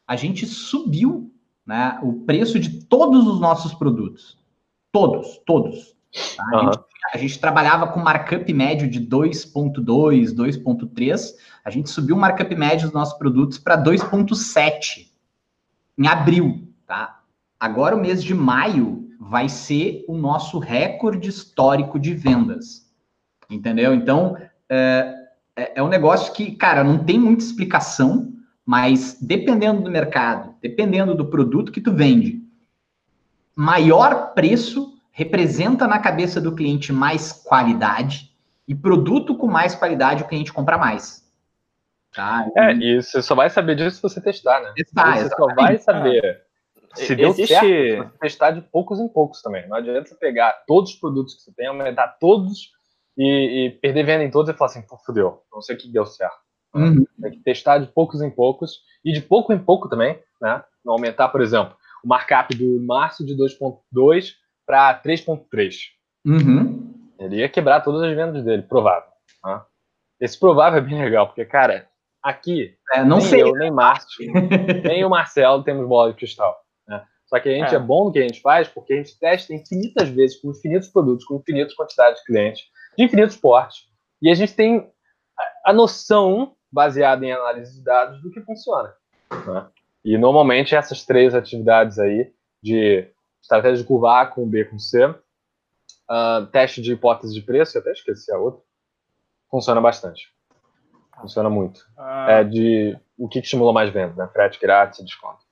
a gente subiu, né, o preço de todos os nossos produtos. Todos. Tá? A gente trabalhava com markup médio de 2,2, 2,3. A gente subiu o markup médio dos nossos produtos para 2,7 em abril. Tá? Agora, o mês de maio vai ser o nosso recorde histórico de vendas. Entendeu? Então, é um negócio que, cara, não tem muita explicação, mas dependendo do mercado, dependendo do produto que tu vende, maior preço representa na cabeça do cliente mais qualidade, e produto com mais qualidade o cliente compra mais. Tá? E você só vai saber disso se você testar, né? Testar, você só vai saber se deu certo se você testar de poucos em poucos também. Não adianta você pegar todos os produtos que você tem, aumentar todos e perder venda em todos e falar assim, pô, fudeu, não sei o que deu certo. Tem que testar de poucos em poucos e de pouco em pouco também, né? Não aumentar, por exemplo, o markup do março de 2,2 para 3,3. Ele ia quebrar todas as vendas dele, provável. Né? Esse provável é bem legal, porque, cara, aqui, não nem sei. eu, nem Márcio, nem o Marcelo temos bola de cristal. Né? Só que a gente é bom no que a gente faz porque a gente testa infinitas vezes com infinitos produtos, com infinitas quantidades de clientes, de infinitos portes. E a gente tem a noção, baseada em análise de dados, do que funciona. Né? E normalmente essas três atividades aí, de estratégia de curva A com B com C, teste de hipótese de preço, eu até esqueci a outra, funciona bastante. Funciona muito. O que estimula mais venda, né? Frete grátis e desconto.